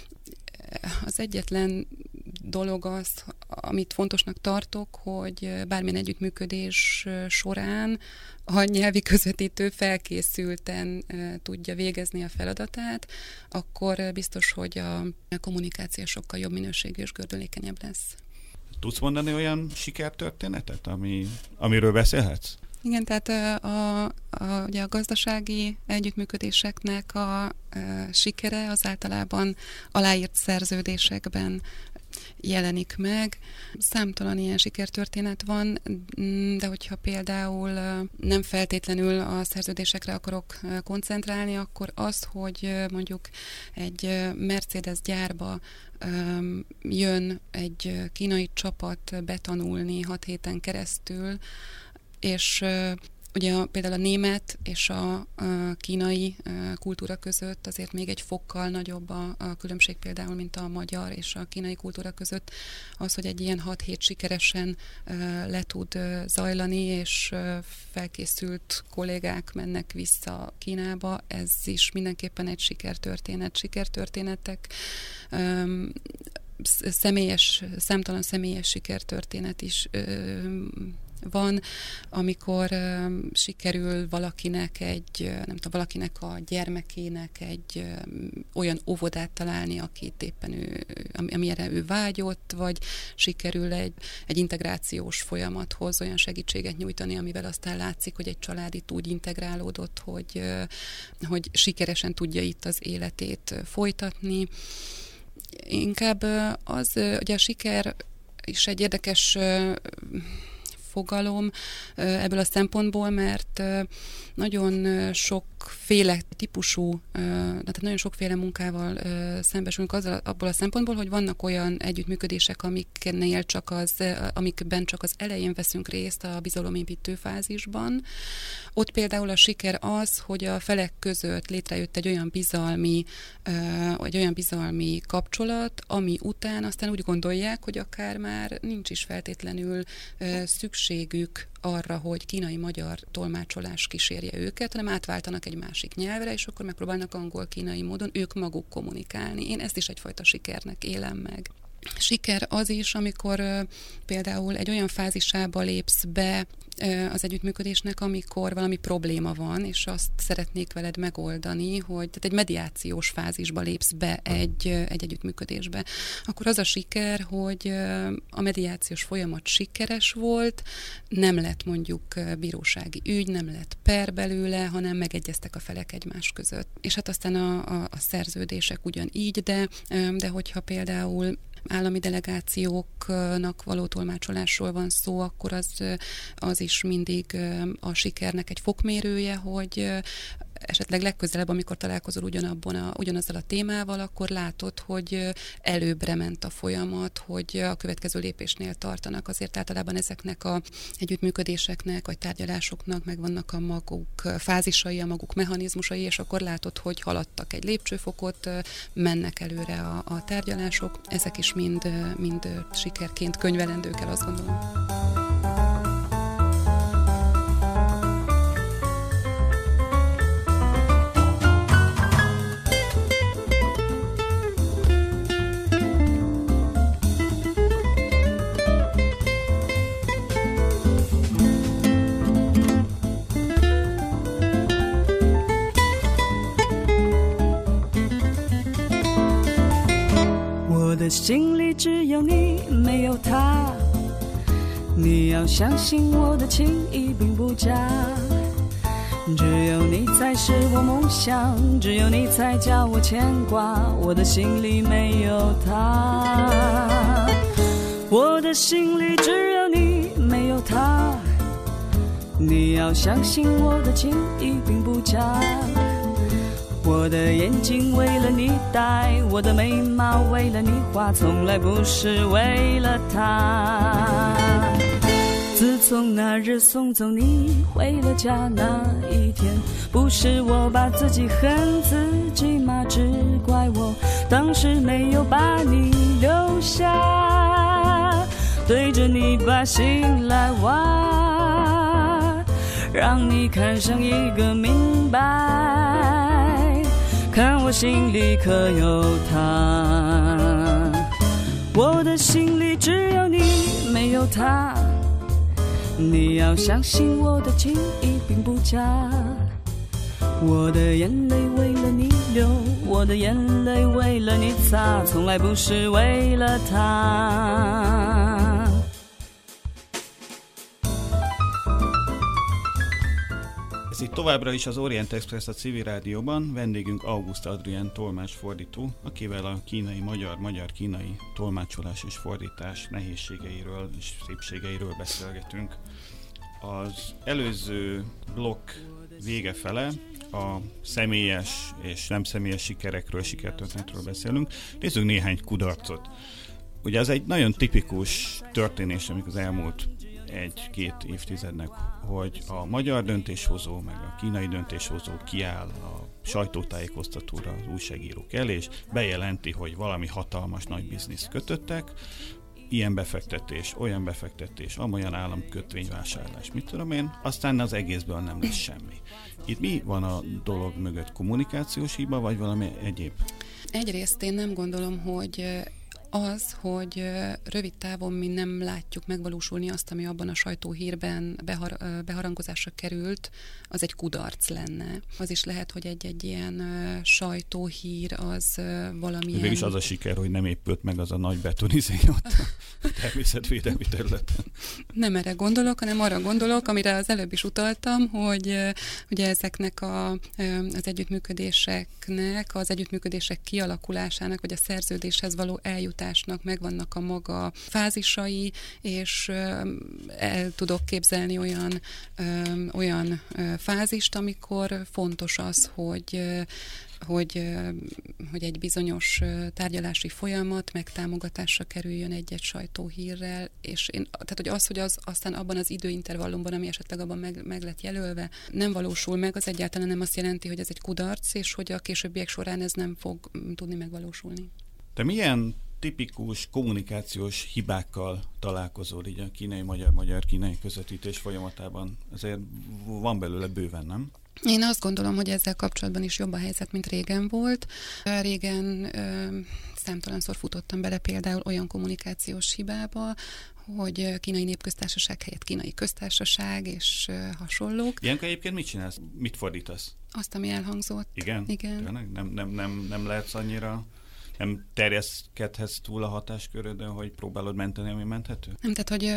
Az egyetlen dolog az, amit fontosnak tartok, hogy bármilyen együttműködés során a nyelvi közvetítő felkészülten tudja végezni a feladatát, akkor biztos, hogy a kommunikáció sokkal jobb minőségű és gördülékenyebb lesz. Tudsz mondani olyan sikertörténetet, amiről beszélhetsz? Igen, tehát ugye a gazdasági együttműködéseknek a sikere az általában aláírt szerződésekben jelenik meg. Számtalan ilyen sikertörténet van, de hogyha például nem feltétlenül a szerződésekre akarok koncentrálni, akkor az, hogy mondjuk egy Mercedes gyárba jön egy kínai csapat betanulni 6 héten keresztül, és Ugye például a német és a kínai kultúra között azért még egy fokkal nagyobb a különbség például, mint a magyar és a kínai kultúra között. Az, hogy egy ilyen 6 hét sikeresen le tud zajlani, és felkészült kollégák mennek vissza Kínába, ez is mindenképpen egy sikertörténet. Sikertörténetek, számtalan személyes sikertörténet is van, amikor sikerül valakinek a gyermekének egy olyan óvodát találni, akit éppen amire ő vágyott, vagy sikerül egy integrációs folyamathoz olyan segítséget nyújtani, amivel aztán látszik, hogy egy család itt úgy integrálódott, hogy sikeresen tudja itt az életét folytatni. Inkább az, hogy a siker is egy érdekes fogalom ebből a szempontból, mert nagyon sokféle típusú, tehát nagyon sokféle munkával szembesülünk abból a szempontból, hogy vannak olyan együttműködések, amikben csak az elején veszünk részt a bizalomépítő fázisban. Ott például a siker az, hogy a felek között létrejött egy olyan bizalmi kapcsolat, ami után aztán úgy gondolják, hogy akár már nincs is feltétlenül szükségük arra, hogy kínai-magyar tolmácsolás kísérje őket, hanem átváltanak egy másik nyelvre, és akkor megpróbálnak angol-kínai módon ők maguk kommunikálni. Én ezt is egyfajta sikernek élem meg. Siker az is, amikor például egy olyan fázisába lépsz be az együttműködésnek, amikor valami probléma van, és azt szeretnék veled megoldani, tehát egy mediációs fázisba lépsz be egy együttműködésbe. Akkor az a siker, hogy a mediációs folyamat sikeres volt, nem lett mondjuk bírósági ügy, nem lett per belőle, hanem megegyeztek a felek egymás között. És hát aztán a szerződések ugyanígy, de hogyha például állami delegációknak való tolmácsolásról van szó, akkor az is mindig a sikernek egy fokmérője, hogy esetleg legközelebb, amikor találkozol ugyanazzal a témával, akkor látod, hogy előbbre ment a folyamat, hogy a következő lépésnél tartanak. Azért általában ezeknek a együttműködéseknek, vagy tárgyalásoknak megvannak a maguk fázisai, a maguk mechanizmusai, és akkor látod, hogy haladtak egy lépcsőfokot, mennek előre a tárgyalások. Ezek is mind sikerként könyvelendők el, azt gondolom. 我的心里只有你，没有他。你要相信我的情意并不假，只有你才是我梦想，只有你才叫我牵挂。我的心里没有他，我的心里只有你，没有他。你要相信我的情意并不假。我的眼睛为了你戴，我的眉毛为了你画，从来不是为了他。自从那日送走你回了家那一天，不是我把自己恨自己吗？只怪我当时没有把你留下，对着你把心来挖，让你看上一个明白，看我心里可有他。我的心里只有你，没有他。你要相信我的情意并不假，我的眼泪为了你流，我的眼泪为了你擦，从来不是为了他。 Ez itt továbbra is az Orient Express a Civil Rádióban, vendégünk August Adrián tolmácsfordító, akivel a kínai-magyar, magyar-kínai tolmácsolás és fordítás nehézségeiről és szépségeiről beszélgetünk. Az előző blokk vége fele a személyes és nem személyes sikerekről, sikertörténetről beszélünk. Nézzük néhány kudarcot. Ugye az egy nagyon tipikus történés, amik az elmúlt 1-2 évtizednek, hogy a magyar döntéshozó, meg a kínai döntéshozó kiáll a sajtótájékoztatóra az újságírók elé, és bejelenti, hogy valami hatalmas nagy bizniszt kötöttek, ilyen befektetés, olyan befektetés, amolyan államkötvényvásárlás, mit tudom én, aztán az egészből nem lesz semmi. Itt mi van a dolog mögött? Kommunikációs hiba, vagy valami egyéb? Egyrészt én nem gondolom, hogy az, hogy rövid távon mi nem látjuk megvalósulni azt, ami abban a sajtóhírben beharangozásra került, az egy kudarc lenne. Az is lehet, hogy egy ilyen sajtóhír az valamilyen... Végülis az a siker, hogy nem épült meg az a nagy betonizé ott a természetvédelmi területen. Nem erre gondolok, hanem arra gondolok, amire az előbb is utaltam, hogy ugye ezeknek az együttműködések kialakulásának, vagy a szerződéshez való eljutásnak megvannak a maga fázisai, és el tudok képzelni olyan fázist, amikor fontos az, hogy egy bizonyos tárgyalási folyamat megtámogatásra kerüljön egy-egy sajtóhírrel, és hogy az aztán abban az időintervallumban, ami esetleg abban meg lett jelölve, nem valósul meg, az egyáltalán nem azt jelenti, hogy ez egy kudarc, és hogy a későbbiek során ez nem fog tudni megvalósulni. Te milyen tipikus kommunikációs hibákkal találkozol így a kínai-magyar-magyar-kínai közvetítés folyamatában? Ezért van belőle bőven, nem? Én azt gondolom, hogy ezzel kapcsolatban is jobb a helyzet, mint régen volt. Régen számtalanszor futottam bele például olyan kommunikációs hibába, hogy kínai népköztársaság helyett kínai köztársaság és hasonlók. Ilyenkor egyébként mit csinálsz? Mit fordítasz? Azt, ami elhangzott. Igen? Nem lehetsz annyira... Nem terjeszkedhetsz túl a hatáskörödön, hogy próbálod menteni, ami menthető? Nem, tehát hogy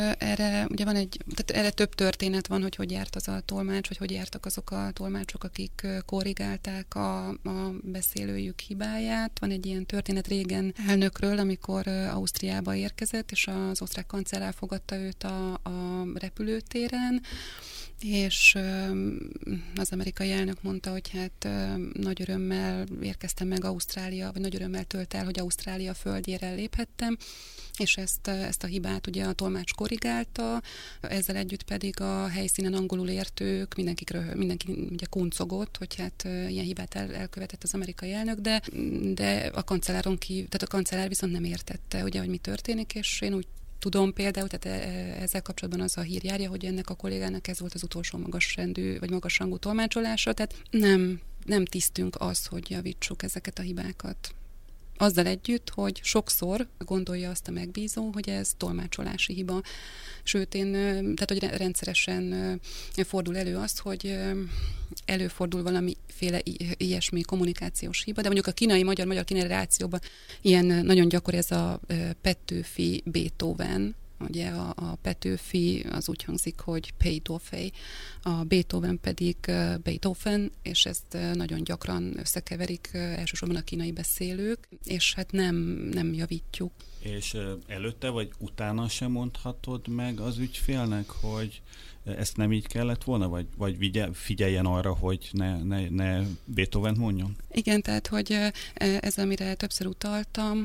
erre több történet van, hogy járt az a tolmács, hogy jártak azok a tolmácsok, akik korrigálták a beszélőjük hibáját. Van egy ilyen történet régen elnökről, amikor Ausztriába érkezett, és az osztrák kancellár elfogadta őt a repülőtéren, és az amerikai elnök mondta, hogy hát nagy örömmel érkeztem meg Ausztrália, vagy nagy örömmel tölt el, hogy Ausztrália földjére léphettem, és ezt a hibát ugye a tolmács korrigálta, ezzel együtt pedig a helyszínen angolul értők, mindenki ugye kuncogott, hogy hát ilyen hibát elkövetett az amerikai elnök, de a kancelláron tehát a kancellár viszont nem értette, ugye, hogy mi történik, és én úgy tudom például, tehát ezzel kapcsolatban az a hír járja, hogy ennek a kollégának ez volt az utolsó magasrangú tolmácsolása, tehát nem tisztünk az, hogy javítsuk ezeket a hibákat. Azzal együtt, hogy sokszor gondolja azt a megbízó, hogy ez tolmácsolási hiba. Sőt, tehát hogy rendszeresen fordul elő az, hogy előfordul valamiféle ilyesmi kommunikációs hiba, de mondjuk a kínai-magyar-magyar-kínai relációban ilyen nagyon gyakori ez a Petőfi Beethoven. Ugye a Petőfi az úgy hangzik, hogy Beethoven, a Beethoven pedig Beethoven, és ezt nagyon gyakran összekeverik elsősorban a kínai beszélők, és hát nem javítjuk. És előtte vagy utána sem mondhatod meg az ügyfélnek, hogy ezt nem így kellett volna, vagy figyeljen arra, hogy ne Beethovent mondjon? Igen, tehát, hogy ez, amire többször utaltam,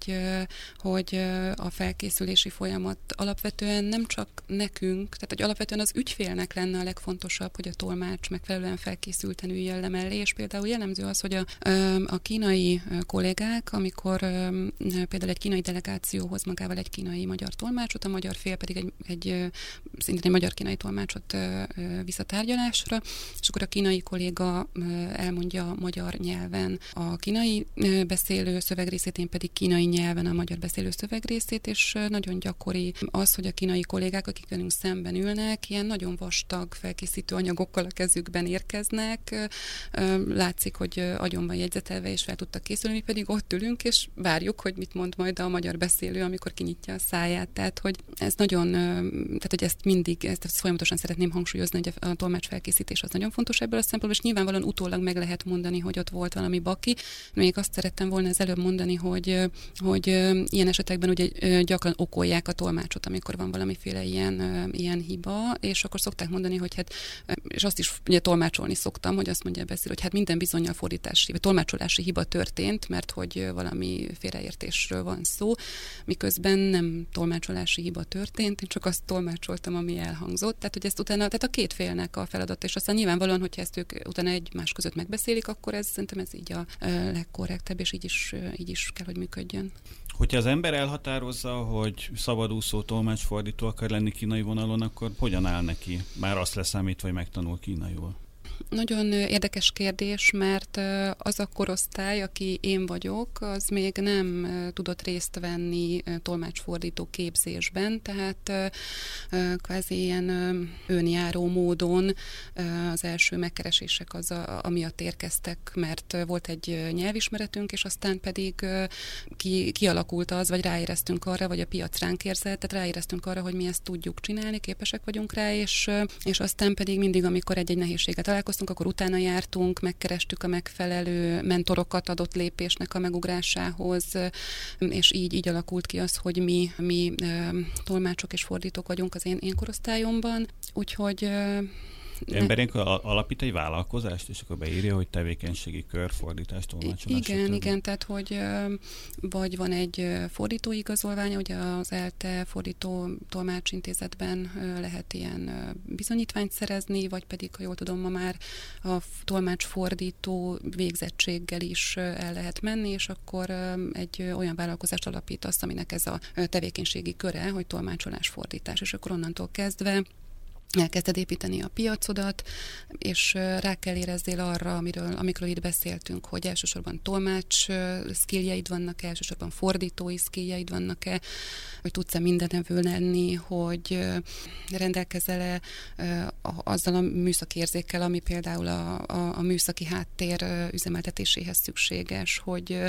hogy a felkészülési folyamat alapvetően nem csak nekünk, tehát hogy alapvetően az ügyfélnek lenne a legfontosabb, hogy a tolmács megfelelően felkészülten üljön le mellé, és például jellemző az, hogy a kínai kollégák, amikor például egy kínai delegációhoz magával egy kínai-magyar tolmácsot, a magyar fél pedig szintén egy magyar-kínai tolmácsot visz a tárgyalásra, és akkor a kínai kolléga elmondja magyar nyelven a kínai beszélő szövegrészét, én pedig kínai nyelven a magyar beszélő szövegrészét, és nagyon gyakori az, hogy a kínai kollégák, akik velünk szemben ülnek, ilyen nagyon vastag felkészítő anyagokkal a kezükben érkeznek, látszik, hogy agyon van jegyzetelve, és fel tudtak készülni, mi pedig ott ülünk, és várjuk, hogy mit mond majd a magyar beszélő, amikor kinyitja a száját. Tehát, hogy ez nagyon, tehát, hogy ezt folyamatosan szeretném hangsúlyozni, hogy a tolmács felkészítés az nagyon fontos ebből a szempontból, és nyilvánvalóan utólag meg lehet mondani, hogy ott volt valami baki. Még azt szerettem volna az előbb mondani, hogy ilyen esetekben ugye gyakran okolják a tolmácsot, amikor van valamiféle ilyen hiba, és akkor szokták mondani, hogy hát, és azt is ugye tolmácsolni szoktam, hogy azt mondja beszél, hogy hát minden bizonnyal fordítási, vagy tolmácsolási hiba történt, mert hogy valami félreértésről van szó, miközben nem tolmácsolási hiba történt, én csak azt tolmácsoltam, ami elhangzott. Tehát, hogy ezt utána, tehát a két félnek a feladata, és aztán nyilvánvalóan, hogyha ezt ők utána egymás között megbeszélik, akkor szerintem ez így a legkorrektebb, és így is kell, hogy működjön. Hogyha az ember elhatározza, hogy szabadúszó tolmácsfordító akar lenni kínai vonalon, akkor hogyan áll neki? Már azt leszámítva, hogy megtanul kínaiul. Nagyon érdekes kérdés, mert az a korosztály, aki én vagyok, az még nem tudott részt venni tolmácsfordító képzésben, tehát kvázi ilyen önjáró módon az első megkeresések az, amiatt érkeztek, mert volt egy nyelvismeretünk, és aztán pedig kialakult az, vagy ráéreztünk arra, vagy a piac ránk érzett, tehát ráéreztünk arra, hogy mi ezt tudjuk csinálni, képesek vagyunk rá, és aztán pedig mindig, amikor egy nehézséget találkoztunk, akkor utána jártunk, megkerestük a megfelelő mentorokat adott lépésnek a megugrásához, és így alakult ki az, hogy mi tolmácsok és fordítók vagyunk az én korosztályomban, úgyhogy Emberünk alapít egy vállalkozást, és akkor beírja, hogy tevékenységi kör, fordítás, tolmácsolás. Igen, tehát hogy vagy van egy fordítóigazolványa, ugye az ELTE fordító tolmácsintézetben lehet ilyen bizonyítványt szerezni, vagy pedig, ha jól tudom, ma már a tolmácsfordító végzettséggel is el lehet menni, és akkor egy olyan vállalkozást alapítasz, aminek ez a tevékenységi köre, hogy tolmácsolás, fordítás, és akkor onnantól kezdve elkezded építeni a piacodat, és rá kell érezzél arra, amikről itt beszéltünk, hogy elsősorban tolmács skilljeid vannak-e, elsősorban fordítói skilljeid vannak-e, hogy tudsz-e mindenevő lenni, hogy rendelkezel-e azzal a műszaki érzékkel, ami például a műszaki háttér üzemeltetéséhez szükséges, hogy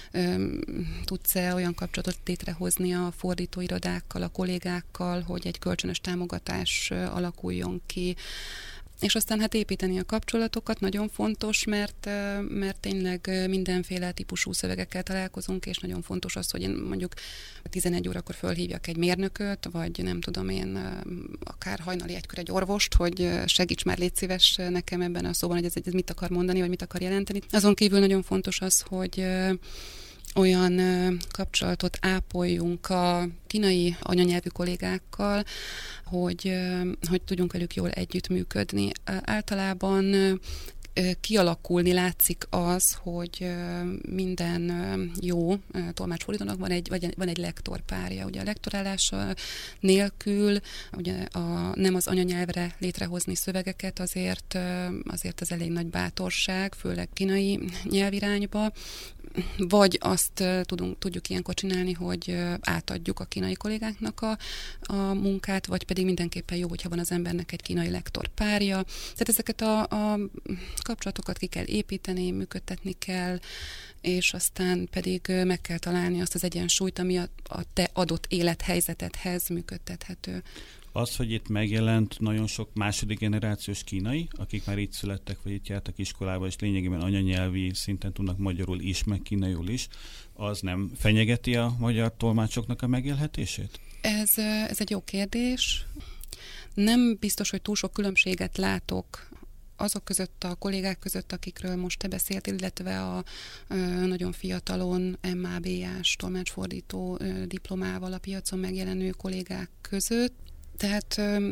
tudsz-e olyan kapcsolatot létrehozni a fordítóirodákkal, a kollégákkal, hogy egy kölcsönös támogatás alakuljon ki. És aztán hát építeni a kapcsolatokat nagyon fontos, mert tényleg mindenféle típusú szövegekkel találkozunk, és nagyon fontos az, hogy én mondjuk 11 órakor fölhívjak egy mérnököt, vagy nem tudom én, akár hajnali egykor egy orvost, hogy segíts már, légy szíves nekem ebben a szóban, hogy ez mit akar mondani, vagy mit akar jelenteni. Azon kívül nagyon fontos az, hogy olyan kapcsolatot ápoljunk a kínai anyanyelvű kollégákkal, hogy tudjunk velük jól együttműködni. Általában kialakulni látszik az, hogy minden jó tolmácsfordítónak van egy lektorpárja. Ugye a lektorálása nélkül ugye nem az anyanyelvre létrehozni szövegeket, azért az elég nagy bátorság, főleg kínai nyelvirányba, vagy azt tudjuk ilyenkor csinálni, hogy átadjuk a kínai kollégáknak a munkát, vagy pedig mindenképpen jó, hogyha van az embernek egy kínai lektorpárja. Tehát ezeket a kapcsolatokat ki kell építeni, működtetni kell, és aztán pedig meg kell találni azt az egyensúlyt, ami a te adott élethelyzetedhez működtethető. Az, hogy itt megjelent nagyon sok második generációs kínai, akik már itt születtek, vagy itt jártak iskolába, és lényegében anyanyelvi szinten tudnak magyarul is, meg kínaiul is, az nem fenyegeti a magyar tolmácsoknak a megélhetését? Ez egy jó kérdés. Nem biztos, hogy túl sok különbséget látok azok között, a kollégák között, akikről most te beszéltél, illetve a nagyon fiatalon MAB-ás tolmácsfordító diplomával a piacon megjelenő kollégák között. Tehát,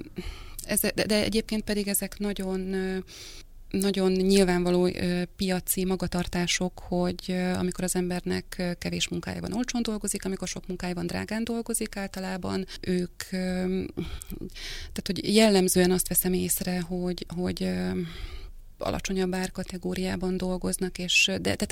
de egyébként pedig ezek nagyon nyilvánvaló piaci magatartások, hogy amikor az embernek kevés munkája van, olcsón dolgozik, amikor sok munkája van, drágán dolgozik, általában ők, tehát hogy jellemzően azt veszem észre, hogy alacsonyabb árkategóriában dolgoznak, és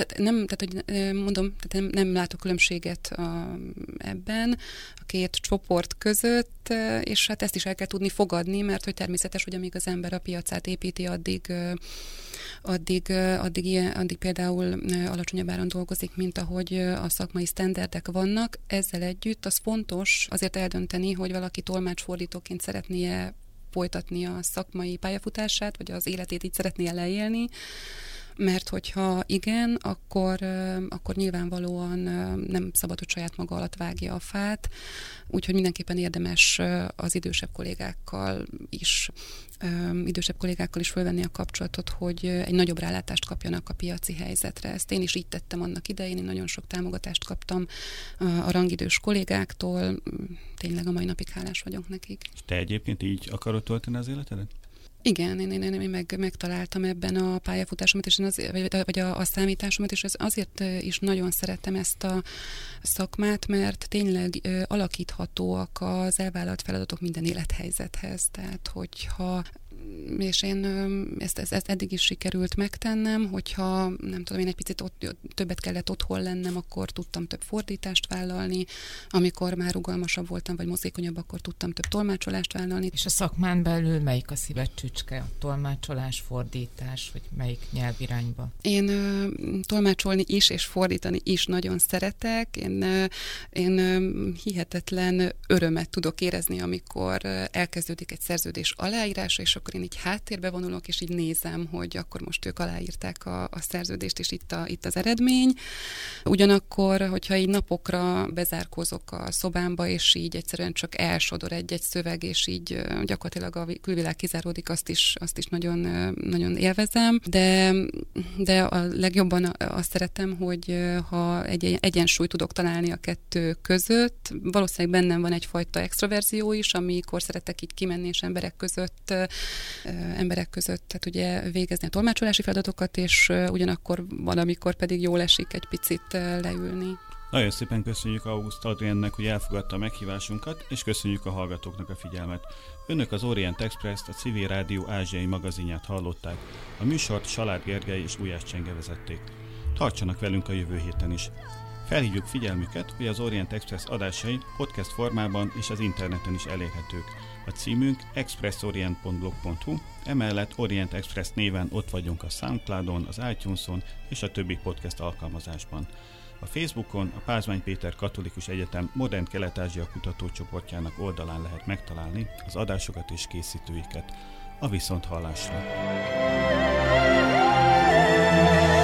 nem látok különbséget ebben a két csoport között, és hát ezt is el kell tudni fogadni, mert hogy természetes, hogy amíg az ember a piacát építi, addig például alacsonyabb áron dolgozik, mint ahogy a szakmai sztenderdek vannak. Ezzel együtt az fontos azért eldönteni, hogy valaki tolmácsfordítóként szeretné folytatni a szakmai pályafutását, vagy az életét így szeretné leélni, mert hogyha igen, akkor nyilvánvalóan nem szabad, hogy saját maga alatt vágja a fát, úgyhogy mindenképpen érdemes az idősebb kollégákkal is fölvenni a kapcsolatot, hogy egy nagyobb rálátást kapjanak a piaci helyzetre. Ezt én is így tettem annak idején, én nagyon sok támogatást kaptam a rangidős kollégáktól, tényleg a mai napig hálás vagyok nekik. Te egyébként így akarod tölteni az életedet? Igen, én megtaláltam ebben a pályafutásomat, és vagy a számításomat, és azért is nagyon szeretem ezt a szakmát, mert tényleg alakíthatóak az elvállalt feladatok minden élethelyzethez. Tehát, hogyha és én ezt eddig is sikerült megtennem, hogyha nem tudom, én egy picit többet kellett otthon lennem, akkor tudtam több fordítást vállalni, amikor már rugalmasabb voltam, vagy mozékonyabb, akkor tudtam több tolmácsolást vállalni. És a szakmán belül melyik a szíved csücske? A tolmácsolás, fordítás, vagy melyik nyelvirányba? Én tolmácsolni is, és fordítani is nagyon szeretek. Én hihetetlen örömet tudok érezni, amikor elkezdődik egy szerződés aláírása, és akkor én így háttérbe vonulok, és így nézem, hogy akkor most ők aláírták a szerződést, és itt az eredmény. Ugyanakkor, hogyha így napokra bezárkózok a szobámba, és így egyszerűen csak elsodor egy szöveg, és így gyakorlatilag a külvilág kizáródik, azt is nagyon, nagyon élvezem, de a legjobban azt szeretem, hogy ha egy egyensúlyt tudok találni a kettő között, valószínűleg bennem van egyfajta extroverzió is, amikor szeretek így kimenni, és emberek között tehát ugye végezni a tolmácsolási feladatokat, és ugyanakkor valamikor pedig jól esik egy picit leülni. Nagyon szépen köszönjük August Adriennek, hogy elfogadta a meghívásunkat, és köszönjük a hallgatóknak a figyelmet. Önök az Orient Express-t, a Civil Rádió ázsiai magazinját hallották. A műsort Salád Gergely és Gulyás Csenge vezették. Tartsanak velünk a jövő héten is. Felhívjuk figyelmüket, hogy az Orient Express adásai podcast formában és az interneten is elérhetők. A címünk expressorient.blog.hu, emellett Orient Express néven ott vagyunk a SoundCloudon, az iTunes-on és a többi podcast alkalmazásban. A Facebookon a Pázmány Péter Katolikus Egyetem Modern Kelet-Ázsia kutatócsoportjának oldalán lehet megtalálni az adásokat és készítőiket. A viszonthallásra!